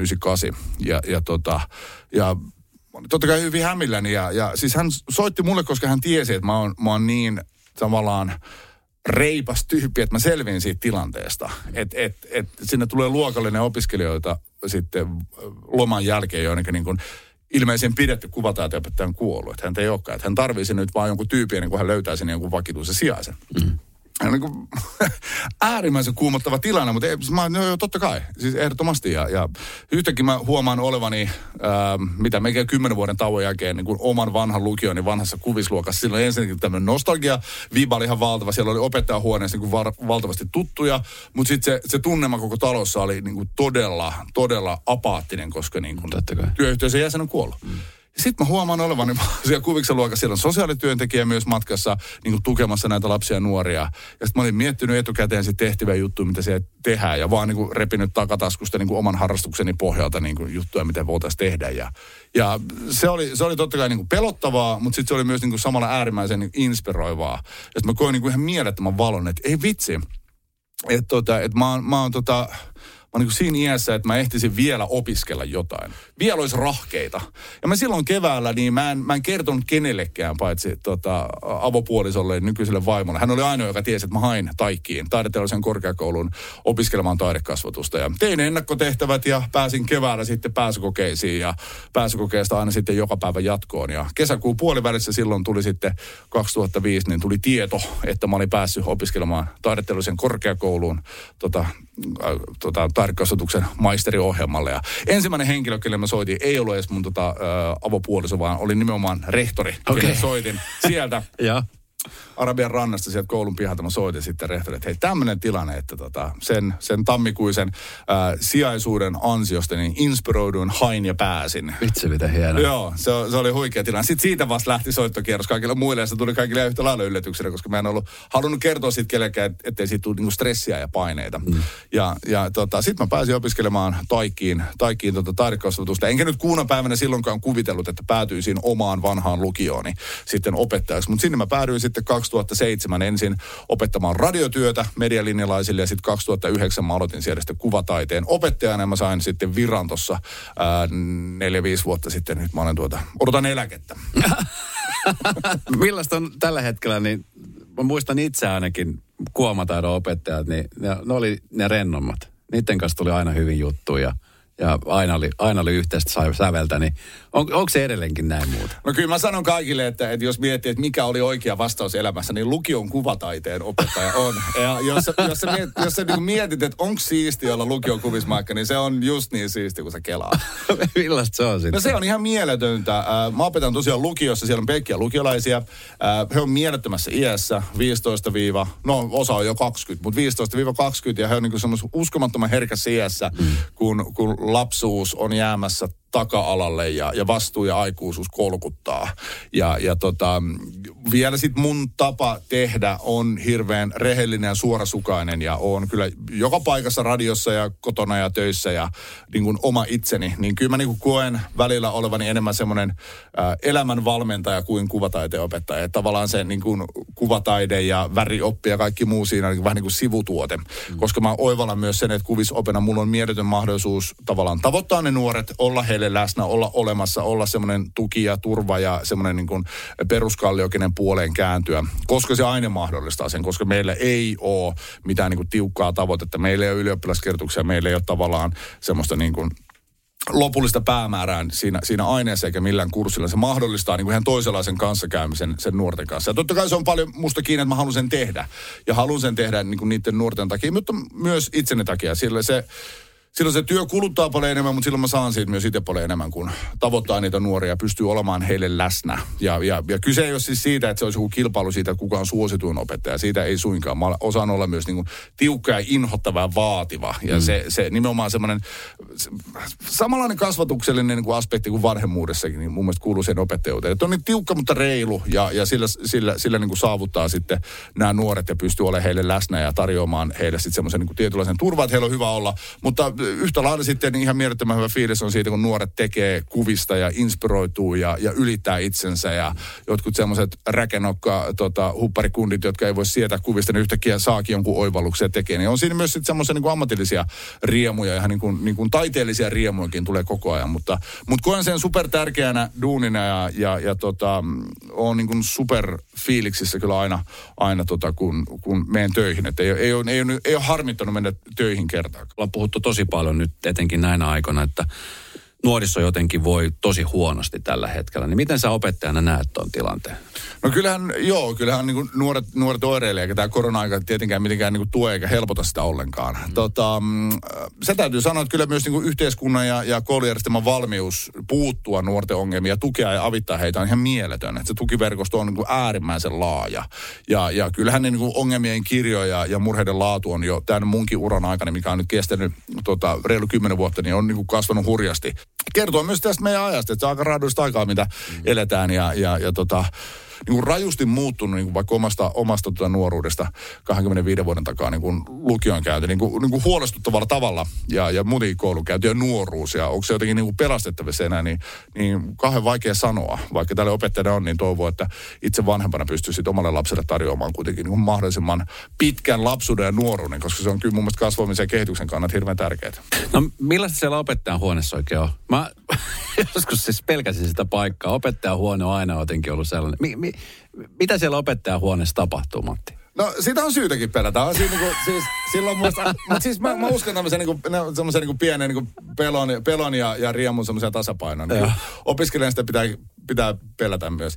B: 1998. Ja totta kai hyvin hämilläni. Ja siis hän soitti mulle, koska hän tiesi, että mä oon niin tavallaan reipas tyyppi, että mä selviin siitä tilanteesta. Että sinne tulee luokallinen opiskelijoita sitten loman jälkeen, joidenkin niin kuin ilmeisen pidetty kuvataiteen kuollut. Että hän ei olekaan. Että hän tarvitsisi nyt vaan jonkun tyypin, niin kun hän löytää sinne jonkun vakituisen sijaisen. Hän on niin kuin äärimmäisen kuumottava tilanne, mutta totta kai, siis ehdottomasti. Ja yhtäkkiä mä huomaan olevani, melkein 10 vuoden tauon jälkeen niin kuin oman vanhan lukioni vanhassa kuvisluokassa. Silloin ensinnäkin tämmöinen nostalgia-viba oli ihan valtava. Siellä oli opettajahuoneessa niin kuin valtavasti tuttuja, mutta sitten se tunnelma koko talossa oli niin kuin todella apaattinen, koska niin kuin työyhteisön jäsen on kuollut. Sitten mä huomaan olevani siellä Kuviksen luokassa, siellä on sosiaalityöntekijä myös matkassa niin kuin tukemassa näitä lapsia ja nuoria. Ja sitten mä olin miettinyt etukäteen sitten tehtäviä juttuja, mitä siellä tehdään. Ja vaan niin kuin repinyt takataskusta niin kuin oman harrastukseni pohjalta niin kuin juttuja, mitä voitaisiin tehdä. Ja se oli totta kai niin kuin pelottavaa, mutta sitten se oli myös niin kuin samalla äärimmäisen niin inspiroivaa. Ja sitten mä koin niin kuin ihan mielettömän valon, että ei vitsi. Että mä oon oon niin kuin siinä iässä, että mä ehtisin vielä opiskella jotain. Vielä olisi rahkeita. Ja mä silloin keväällä, niin mä en kertonut kenellekään, paitsi avopuolisolle, nykyiselle vaimolle. Hän oli ainoa, joka tiesi, että mä hain Taikkiin, taideteollisen korkeakoulun opiskelemaan taidekasvatusta. Ja tein ennakkotehtävät ja pääsin keväällä sitten pääsykokeisiin ja pääsykokeesta aina sitten joka päivä jatkoon. Ja kesäkuun puolivälissä silloin tuli sitten 2005, niin tuli tieto, että mä olin päässyt opiskelemaan taideteollisen korkeakouluun taidekasvatuksen maisteriohjelmalle. Ja ensimmäinen henkilö, kelle mä soitin, ei ollut edes mun avopuoliso, vaan oli nimenomaan rehtori, kelle soitin sieltä. Arabian rannasta sieltä koulun pihalta mä soitin sitten rehtorille, että hei, tämmöinen tilanne, että sen tammikuisen sijaisuuden ansiosta niin inspiroiduin, hain ja pääsin.
A: Vitsi, mitä hienoa.
B: Joo, se oli huikea tilanne. Sitten siitä vasta lähti soittokierros kaikille muille ja se tuli kaikille yhtä lailla yllätyksenä, koska mä en ollut halunnut kertoa sitten kellekään, ettei siitä tule niinku stressiä ja paineita. Sitten mä pääsin opiskelemaan Taikkiin taidekasvatusta. Enkä nyt kuuna päivänä silloinkaan kuvitellut, että päätyisin omaan vanhaan lukiooni sitten opettajaksi. Mutta sinne mä päädyin sitten 2007 ensin opettamaan radiotyötä medialinjalaisille ja sitten 2009 mä aloitin siellä sitten kuvataiteen opettajana ja mä sain sitten viran tuossa 4-5 vuotta sitten. Nyt mä olen odotan eläkettä.
A: Millaista on tällä hetkellä, niin mä muistan itse ainakin kuomataidon opettajat, niin ne oli ne rennommat. Niiden kanssa tuli aina hyvin juttuja. Ja aina oli yhteistä säveltä, niin onko se edelleenkin näin muuta?
B: No kyllä mä sanon kaikille, että jos miettii, että mikä oli oikea vastaus elämässä, niin lukion kuvataiteen opettaja on. Ja jos sä niin mietit, että onko siistiä olla lukion kuvismaikka, niin se on just niin siisti, kun sä kelaat.
A: Millaista se on sitten?
B: No se on ihan mieletöntä. Mä opetan tosiaan lukiossa, siellä on pelkkiä lukiolaisia. He on mielettömässä iässä, 15- osa on jo 20, mutta 15-20, ja he on niin semmoisen uskomattoman herkässä iässä, kun lapsuus on jäämässä taka-alalle ja vastuu ja aikuisuus kolkuttaa. Vielä sitten mun tapa tehdä on hirveän rehellinen ja suorasukainen ja on kyllä joka paikassa radiossa ja kotona ja töissä ja niin kuin oma itseni. Niin kyllä mä niin kuin koen välillä olevani enemmän semmoinen elämänvalmentaja kuin kuvataiteen opettaja. Että tavallaan se niin kuin kuvataide ja värioppi ja kaikki muu siinä on vähän niin kuin sivutuote. Koska mä oivallan myös sen, että kuvisopena mulla on mieletön mahdollisuus tavallaan tavoittaa ne nuoret, olla heille läsnä, olla olemassa, olla semmoinen tuki ja turva ja semmoinen niin kuin peruskallio, kenen puoleen kääntyä, koska se aina mahdollistaa sen, koska meillä ei ole mitään niin kuin tiukkaa tavoitetta, meillä ei ole ylioppilaskirjoituksia, meillä ei ole tavallaan semmoista niin kuin lopullista päämäärää siinä aineessa eikä millään kurssilla. Se mahdollistaa niin kuin ihan toisenlaisen kanssakäymisen sen nuorten kanssa. Ja totta kai se on paljon musta kiinni, että mä haluan sen tehdä. Ja haluan sen tehdä niin kuin niiden nuorten takia, mutta myös itseni takia. Silloin se työ kuluttaa paljon enemmän, mutta silloin mä saan siitä myös itse paljon enemmän, kun tavoittaa niitä nuoria ja pystyy olemaan heille läsnä. Ja kyse ei ole siis siitä, että se olisi joku kilpailu siitä, että kuka on suosituin opettaja. Siitä ei suinkaan. Mä osaan olla myös niin kuin tiukka ja inhottava ja vaativa. Ja se nimenomaan semmoinen samanlainen kasvatuksellinen niin kuin aspekti kuin vanhemmuudessakin, niin mun mielestä kuuluu sen opettajuuteen. Että on niin tiukka, mutta reilu ja sillä niin kuin saavuttaa sitten nämä nuoret ja pystyy olemaan heille läsnä ja tarjoamaan heille sitten semmoisen niin kuin tietynlaisen turvan, että heillä on hyvä olla. Mutta yhtä lailla sitten niin ihan mielettömän hyvä fiilis on siitä, kun nuoret tekee kuvista ja inspiroituu ja ylittää itsensä. Ja jotkut semmoiset räkenokka hupparikundit, jotka ei voi sietää kuvista, ne yhtäkkiä saakin jonkun oivalluksia tekee. Niin on siinä myös sitten semmoisia niin kuin ammatillisia riemuja, ihan niin kuin taiteellisia riemujakin tulee koko ajan. Mutta koen sen super tärkeänä duunina ja on niin kuin super fiiliksissä kyllä aina kun menen töihin. Että ei ole harmittanut mennä töihin kertaakaan.
A: Ollaan puhuttu tosi paljon nyt etenkin näinä aikoina, että nuoriso jotenkin voi tosi huonosti tällä hetkellä. Niin miten sä opettajana näet tuon tilanteen?
B: No kyllähän niin kuin nuoret oireilee, eikä tämä korona-aika tietenkään mitenkään niin kuin tue eikä helpota sitä ollenkaan. Se täytyy sanoa, että kyllä myös niin kuin yhteiskunnan ja koulujärjestelmän valmius puuttua nuorten ongelmia ja tukea ja avittaa heitä on ihan mieletön. Että se tukiverkosto on niin kuin äärimmäisen laaja. Ja kyllähän ne niin kuin ongelmien kirjo ja murheiden laatu on jo tämän munkin uran aikana, mikä on nyt kestänyt reilu 10 vuotta, niin on niin kuin kasvanut hurjasti. Kertoo myös tästä meidän ajasta, että se on aika raadullista aikaa, mitä eletään niin kuin rajusti muuttunut niin kuin vaikka omasta nuoruudesta 25 vuoden takaa niin kuin lukion käynti, niin kuin huolestuttavalla tavalla ja muutenkin koulun käynti ja nuoruus. Ja onko se jotenkin niin kuin pelastettavissa enää, niin kauhean vaikea sanoa. Vaikka tälle opettajana on, niin toivoo, että itse vanhempana pystyy sitten omalle lapselle tarjoamaan kuitenkin niin kuin mahdollisimman pitkän lapsuuden ja nuoruuden, koska se on kyllä mun mielestä kasvamisen ja kehityksen kannalta hirveän tärkeää.
A: No millaista siellä opettajan huoneessa oikein on? Mä joskus siis pelkäsin sitä paikkaa. Opettajan huone on aina jotenkin ollut sellainen. Mitä siellä opettajan huoneessa tapahtuu, Matti?
B: No sitä on syytäkin pelätä. On siinä niinku, siis silloin musta, mutta siis mä uskon tämmöisen niinku pienen niinku pelon ja riemun semmoisen tasapainon. Niin opiskelijan sitä pitää pelätä myös.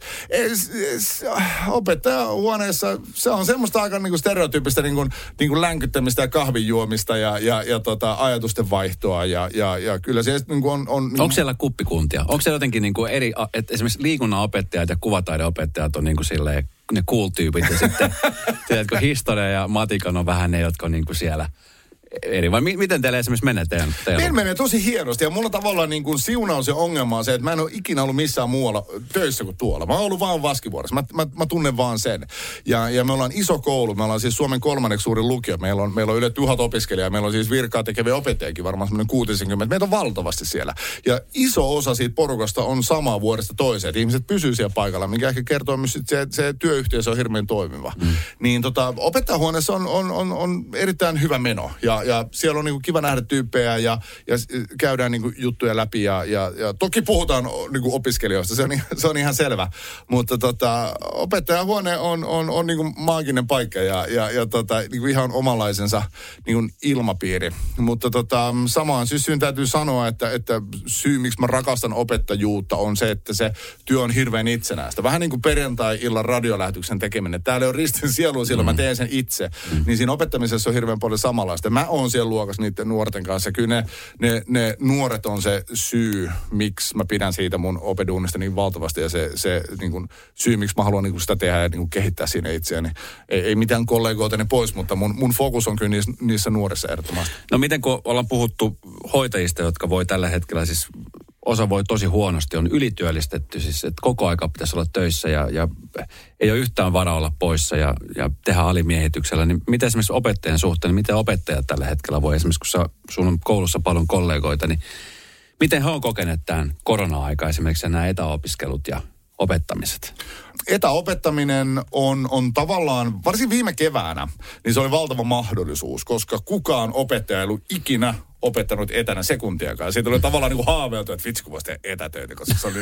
B: Opettajahuoneessa se on semmoista aika niinku stereotyyppistä niinku länkyttämistä ja kahvinjuomista ja ajatusten vaihtoa ja kyllä se niinku on
A: onko siellä kuppikuntia? Onko siellä jotenkin niinku eri, että esimerkiksi liikunnanopettajat ja kuvataideopettajat on niinku silleen ne cool-tyypit ja sitten tiedätkö, historia ja matikan on vähän ne, jotka on niinku siellä eri. Vai miten teille esimerkiksi menee teillä?
B: Meillä menee tosi hienosti ja mulla tavallaan niin kuin siunaus ja ongelma on se, että mä en ole ikinä ollut missään muualla töissä kuin tuolla. Mä oon ollut vaan Vaskivuoressa. Mä tunnen vaan sen. Ja me ollaan iso koulu. Me ollaan siis Suomen 3. suurin lukio. Meillä on yli 1000 opiskelijaa. Meillä on siis virkaa tekeviä opettajakin varmaan semmoinen 60. Meitä on valtavasti siellä. Ja iso osa siitä porukasta on samaa vuodesta toiseen. Että ihmiset pysyy siellä paikalla, mikä ehkä kertoo myös, että se työyhteisö on hirveän toimiva. Niin opettajahuoneessa on erittäin hyvä meno. Ja siellä on niinku kiva nähdä tyyppejä ja käydään niinku juttuja läpi ja toki puhutaan niinku opiskelijoista, se on ihan selvä. Mutta opettajahuone on niinku maaginen paikka ja niinku ihan omanlaisensa niinku ilmapiiri. Mutta samaan syssyyn täytyy sanoa, että syy miksi mä rakastan opettajuutta on se, että se työ on hirveän itsenäistä. Vähän niin kuin perjantai-illan radiolähetyksen tekeminen. Täällä on ristin sielua, silloin mä teen sen itse. Niin siinä opettamisessa on hirveän paljon samanlaista. Mä oon siellä luokassa niiden nuorten kanssa. Kyllä ne nuoret on se syy, miksi mä pidän siitä mun opeduunista niin valtavasti. Ja se niin kuin syy, miksi mä haluan niin kuin sitä tehdä ja niin kuin kehittää siinä itseäni. Ei mitään kollegoita ne pois, mutta mun fokus on kyllä niissä nuorissa ehdottomasti.
A: No miten kun ollaan puhuttu hoitajista, jotka voi tällä hetkellä siis osa voi tosi huonosti, on ylityöllistetty, siis että koko aika pitäisi olla töissä ja ei ole yhtään varaa olla poissa ja tehdä alimiehityksellä. Niin miten esimerkiksi opettajan suhteen, miten opettajat tällä hetkellä voi, esimerkiksi kun sun on koulussa paljon kollegoita, niin miten he on kokeneet tämän korona-aika esimerkiksi nämä etäopiskelut ja opettamiset?
B: Etäopettaminen on tavallaan, varsin viime keväänä, niin se oli valtava mahdollisuus, koska kukaan opettaja ei ollut ikinä opettanut etänä sekuntiakaan. Siitä oli tavallaan niin kuin haaveiltu, että vitsi kun voisi tehdä etätöitä, koska se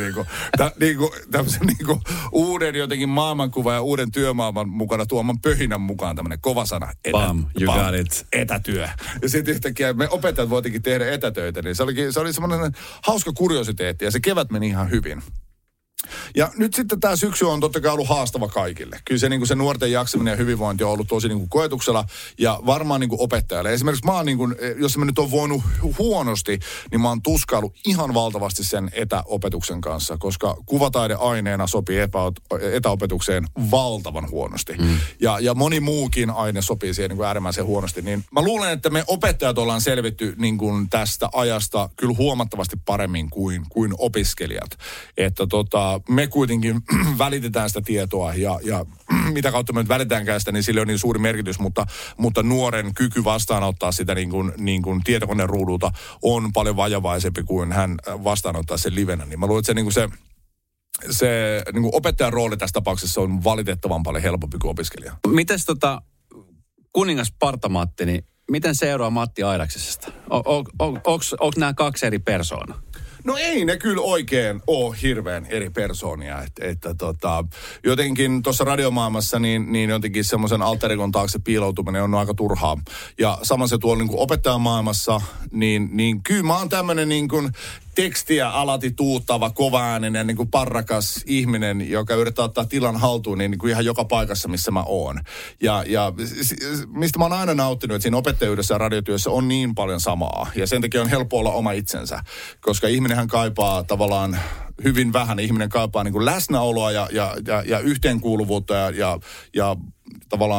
B: oli tämmöisen uuden jotenkin maailmankuvan ja uuden työmaailman mukana tuoman pöhinän mukaan tämmöinen kova sana.
A: Bam, you got it.
B: Etätyö. Ja sitten yhtäkkiä me opettajat voitikin tehdä etätöitä, niin se oli semmoinen hauska kuriositeetti ja se kevät meni ihan hyvin. Ja nyt sitten tämä syksy on totta kai ollut haastava kaikille. Kyllä se, niin kuin se nuorten jaksaminen ja hyvinvointi on ollut tosi niin kuin koetuksella ja varmaan niin kuin opettajalle. Esimerkiksi mä oon niin kuin, jos mä nyt on voinut huonosti, niin mä oon tuskaillut ihan valtavasti sen etäopetuksen kanssa, koska kuvataideaineena sopii etäopetukseen valtavan huonosti. Ja moni muukin aine sopii siihen niin kuin äärimmäisen huonosti. Niin mä luulen, että me opettajat ollaan selvitty niin kuin tästä ajasta kyllä huomattavasti paremmin kuin opiskelijat. Että me kuitenkin välitetään sitä tietoa ja mitä kautta me nyt välitäänkään sitä, niin sillä on niin suuri merkitys, mutta nuoren kyky vastaanottaa sitä niin kuin tietokoneen ruudulta on paljon vajavaisempi kuin hän vastaanottaa sen livenä. Niin mä luulen, että se niin kuin opettajan rooli tässä tapauksessa on valitettavan paljon helpompi kuin opiskelija.
A: Mites kuningas Parta-Matti, niin miten seuraa Matti Aidaksisesta? Onko nämä kaksi eri persoonaa?
B: No ei ne kyllä oikein ole hirveän eri persoonia. Että jotenkin tuossa radiomaailmassa niin jotenkin semmoisen alterikon taakse piiloutuminen on aika turhaa. Ja saman se tuolla niin kuin opettajamaailmassa, niin kyllä mä oon tämmöinen niin kuin tekstiä alati tuuttava, kovaääninen, niin kuin parrakas ihminen, joka yrittää ottaa tilan haltuun niin kuin ihan joka paikassa, missä mä oon. Ja mistä mä oon aina nauttinut, että siinä opettajuudessa ja radiotyössä on niin paljon samaa. Ja sen takia on helppo olla oma itsensä, koska ihminenhän kaipaa tavallaan hyvin vähän. Ihminen kaipaa niin kuin läsnäoloa ja yhteenkuuluvuutta ja tavallaan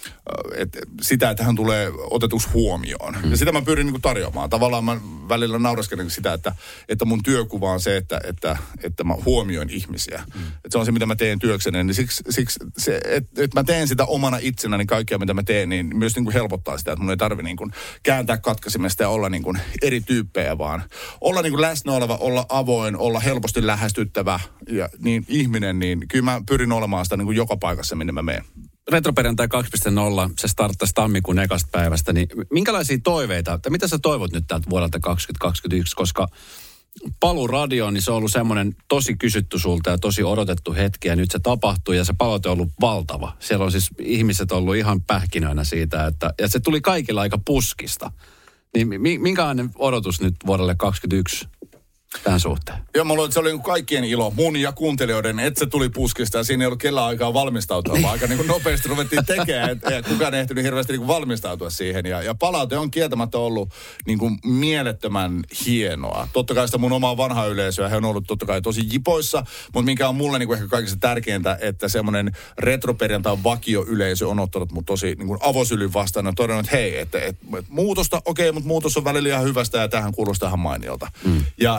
B: sitä, että hän tulee otetuksi huomioon. Ja sitä mä pyrin niin kuin tarjoamaan. Tavallaan mä välillä nauraskelen sitä, että mun työkuva on se, että mä huomioin ihmisiä. Että se on se, mitä mä teen työkseni. Niin siksi se, että mä teen sitä omana itsenäni kaikkea, mitä mä teen, niin myös niin kuin helpottaa sitä, että mun ei tarvitse niin kuin kääntää katkaisimesta ja olla niin kuin eri tyyppejä, vaan olla niin kuin läsnä oleva, olla avoin, olla helposti lähestyttävä ja niin ihminen, niin kyllä mä pyrin olemaan sitä niin kuin joka paikassa, minne mä menen.
A: Retroperjantai 2.0, se starttasi tammikuun ekasta päivästä, niin minkälaisia toiveita, tai mitä sä toivot nyt täältä vuodelta 2021, koska paluu radioon, niin se on ollut semmoinen tosi kysytty sulta ja tosi odotettu hetki, ja nyt se tapahtuu, ja se palaute on ollut valtava. Siellä on siis ihmiset ollut ihan pähkinöinä siitä, ja se tuli kaikilla aika puskista. Niin minkälainen odotus nyt vuodelle 2021? Tämän suhteen.
B: Joo, mä luulen, että se oli kaikkien ilo, mun ja kuuntelijoiden, että se tuli puskista ja siinä ei ollut kellään aikaa valmistautua, vaan aika niin kuin nopeasti ruvettiin tekemään, ja kukaan ei ehtinyt hirveästi niin kuin valmistautua siihen. Ja palaute on kieltämättä ollut niin kuin mielettömän hienoa. Totta kai sitä mun omaa vanhaa yleisöä, he on ollut totta kai tosi jipoissa, mutta mikä on mulle niin kuin ehkä kaikista tärkeintä, että semmoinen retroperjantain vakioyleisö on ottanut mut tosi niin kuin avosylin vastaan ja todennut, että hei, että muutosta, okei, mutta muutos on välillä ihan hyvästä ja tähän kuulostaa ihan mainiolta. Ja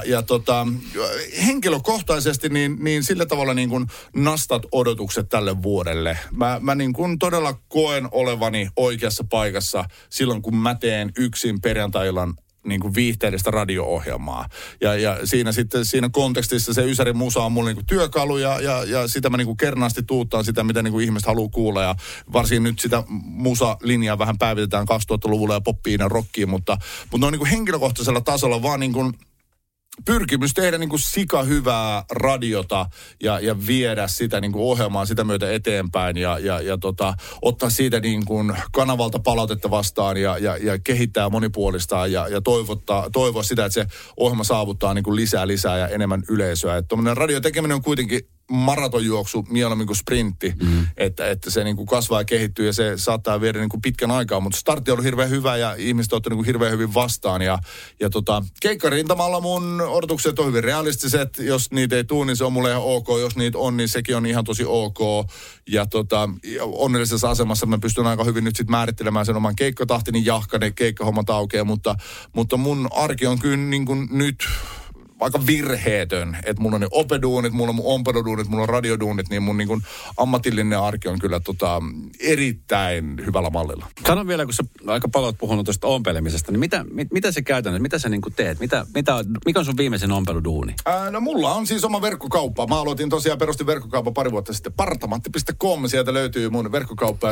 B: henkilökohtaisesti niin sillä tavalla niin kuin nastat odotukset tälle vuodelle. Mä niin kuin todella koen olevani oikeassa paikassa silloin, kun mä teen yksin perjantai-illan niin kuin viihteellistä radio-ohjelmaa. Ja siinä kontekstissa se Ysärin musa on mulle niin kuin työkalu ja sitä mä niin kuin kernaasti tuuttaan sitä, mitä niin kuin ihmiset haluaa kuulla. Ja varsinkin nyt sitä musa-linjaa vähän päivitetään 2000-luvulla ja poppiin ja rockiin, mutta ne on niin kuin henkilökohtaisella tasolla vaan niin kuin pyrkimys tehdä niin kuin sika hyvää radiota ja viedä sitä niin kuin ohjelmaa sitä myötä eteenpäin ja ottaa siitä niin kuin kanavalta palautetta vastaan ja kehittää monipuolistaa ja toivoa sitä, että se ohjelma saavuttaa niin kuin lisää ja enemmän yleisöä. Että tuommoinen radiotekeminen on kuitenkin maratonjuoksu mieluummin kuin sprintti, että se niin kuin kasvaa ja kehittyy ja se saattaa viedä niin kuin pitkän aikaa, mutta startti on ollut hirveän hyvä ja ihmiset on ottanut niin kuin hirveän hyvin vastaan ja keikkarintamalla mun odotukset on hyvin realistiset, jos niitä ei tule, niin se on mulle ihan ok, jos niitä on, niin sekin on ihan tosi ok ja onnellisessa asemassa mä pystyn aika hyvin nyt sitten määrittelemään sen oman keikkatahtini, jahka ne keikkahommat aukeaa, mutta mun arki on kyllä niin kuin nyt aika virheetön, että mulla on ne opeduunit, mulla on mun ompeluduunit, mulla on radioduunit, niin mun niin kuin ammatillinen arki on kyllä erittäin hyvällä mallilla.
A: Sano vielä, kun sä aika paljon oot puhunut tuosta ompelemisesta, niin mitä se käytännössä, mitä sä niin kuin teet? Mikä on sun viimeisen ompeluduuni?
B: No mulla on siis oma verkkokauppa. Mä perustin verkkokauppa pari vuotta sitten, partamatti.com, sieltä löytyy mun verkkokauppa. Ja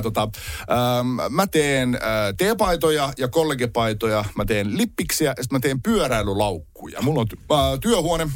B: mä teen teepaitoja ja kollegepaitoja, mä teen lippiksiä ja sitten mä teen pyöräilylaukkuja. Mulla on työhuone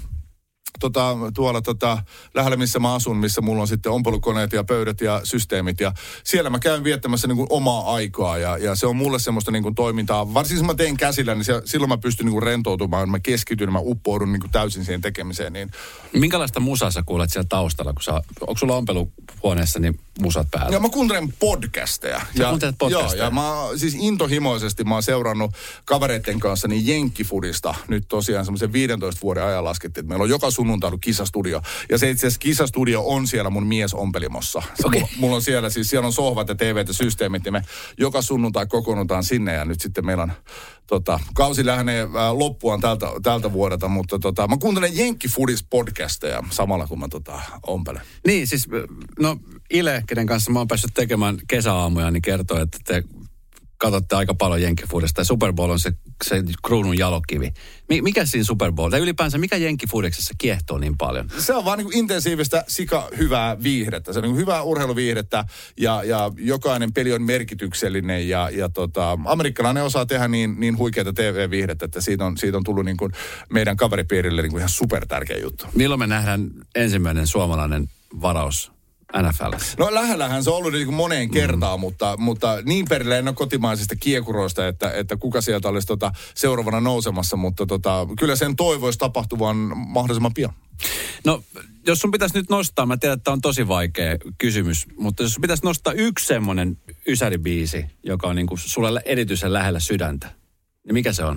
B: tuolla lähellä, missä mä asun, missä mulla on sitten ompelukoneet ja pöydät ja systeemit. Ja siellä mä käyn viettämässä niin kuin omaa aikaa ja se on mulle semmoista niin kuin toimintaa. Varsinkin jos mä teen käsillä, niin silloin mä pystyn niin kuin rentoutumaan, mä keskityn, mä uppoudun niin kuin täysin siihen tekemiseen. Niin.
A: Minkälaista musaa sä kuulet siellä taustalla, onko sulla ompeluhuoneessa niin musat päällä?
B: Joo, mä kuuntelen podcasteja. Joo, ja mä siis intohimoisesti mä oon seurannut kavereiden kanssa niin jenkkifudista nyt tosiaan semmoisen 15 vuoden ajan laskettiin, että meillä on joka sunnuntai ollut kisastudio. Ja se itse asiassa kisastudio on siellä mun miesompelimossa. Okay. Mulla on siellä on sohvat ja TVt ja systeemit ja me joka sunnuntai kokoonnutaan sinne ja nyt sitten meillä on kausi lähenee loppuaan tältä vuodelta, mutta mä kuuntelen jenkkifudis podcasteja samalla kun mä ompelen.
A: Niin siis, Ile, kenen kanssa mä oon päässyt tekemään kesäaamuja, niin kertoo, että te katsotte aika paljon jenkkifudista. Super Bowl on se kruunun jalokivi. Mikä siinä Super Bowl, tai ylipäänsä mikä jenkkifudiksessa kiehtoo niin paljon?
B: Se on vaan niin kuin intensiivistä, sika hyvää viihdettä. Se on niin kuin hyvää urheiluviihdettä ja jokainen peli on merkityksellinen ja amerikkalainen osaa tehdä niin huikeata TV-viihdettä, että siitä on tullut niin kuin meidän kaveripiirille niin kuin ihan super tärkeä juttu.
A: Milloin me nähdään ensimmäinen suomalainen varaus NFL:ssä?
B: No lähellähän se on ollut niin kuin moneen kertaan, mutta niin perille en ole kotimaisista kiekuroista, että kuka sieltä olisi seuraavana nousemassa, mutta kyllä sen toivoisi tapahtuvan mahdollisimman pian.
A: No, jos sun pitäisi nyt nostaa, mä tiedän, että tämä on tosi vaikea kysymys, mutta jos sun pitäisi nostaa yksi semmoinen ysäribiisi, joka on niin kuin sulle erityisen lähellä sydäntä, niin mikä se on?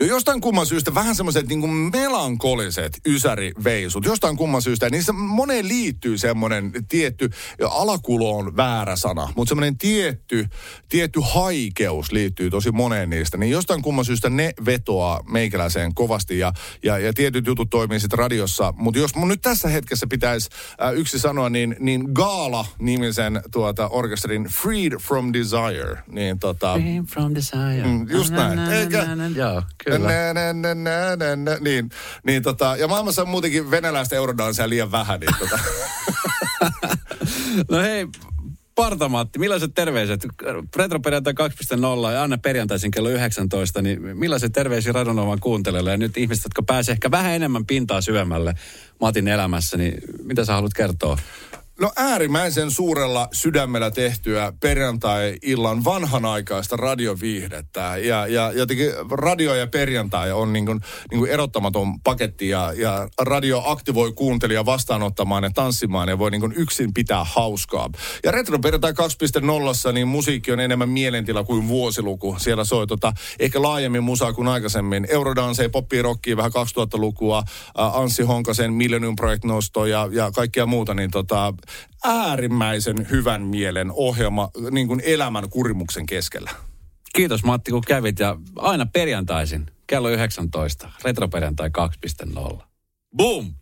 B: No jostain kumman syystä vähän semmoiset niin kuin melankoliset ysäriveisut. Jostain kumman syystä. Ja niissä moneen liittyy semmoinen tietty, alakulo on väärä sana, mutta semmoinen tietty haikeus liittyy tosi moneen niistä. Niin jostain kumman syystä ne vetoaa meikäläiseen kovasti ja tietyt jutut toimii sitten radiossa. Mutta jos mun nyt tässä hetkessä pitäisi yksi sanoa, niin Gaala-nimisen orkesterin Freed from Desire. Niin
A: Freed from Desire.
B: Just näin. Eikä?
A: Joo, kyllä.
B: Ja maailmassa on muutenkin venäläistä eurodanssia liian vähän.
A: No hei, Parta-Matti, millaiset terveiset? Retroperjantai 2.0 ja Anna perjantaisin kello 19, niin millaiset terveisiä Radionovan kuuntelijoille? Ja nyt ihmiset, jotka pääsee ehkä vähän enemmän pintaa syvemmälle Matin elämässä, niin mitä sä haluat kertoa?
B: No äärimmäisen suurella sydämellä tehtyä perjantai-illan vanhanaikaista radioviihdettä. Ja jotenkin radio ja perjantai on niin kuin erottamaton paketti ja radio aktivoi kuuntelijaa vastaanottamaan ja tanssimaan ja voi niin kuin yksin pitää hauskaa. Ja Retroperjantai 2.0 niin musiikki on enemmän mielentila kuin vuosiluku. Siellä soi ehkä laajemmin musaa kuin aikaisemmin. Eurodansei, poppia, rockia, vähän 2000-lukua, Anssi Honkasen Millennium Project-nosto ja kaikkea muuta, niin äärimmäisen hyvän mielen ohjelma niin kuin elämän kurimuksen keskellä.
A: Kiitos Matti, kun kävit ja aina perjantaisin kello 19. Retroperjantai 2.0. Boom!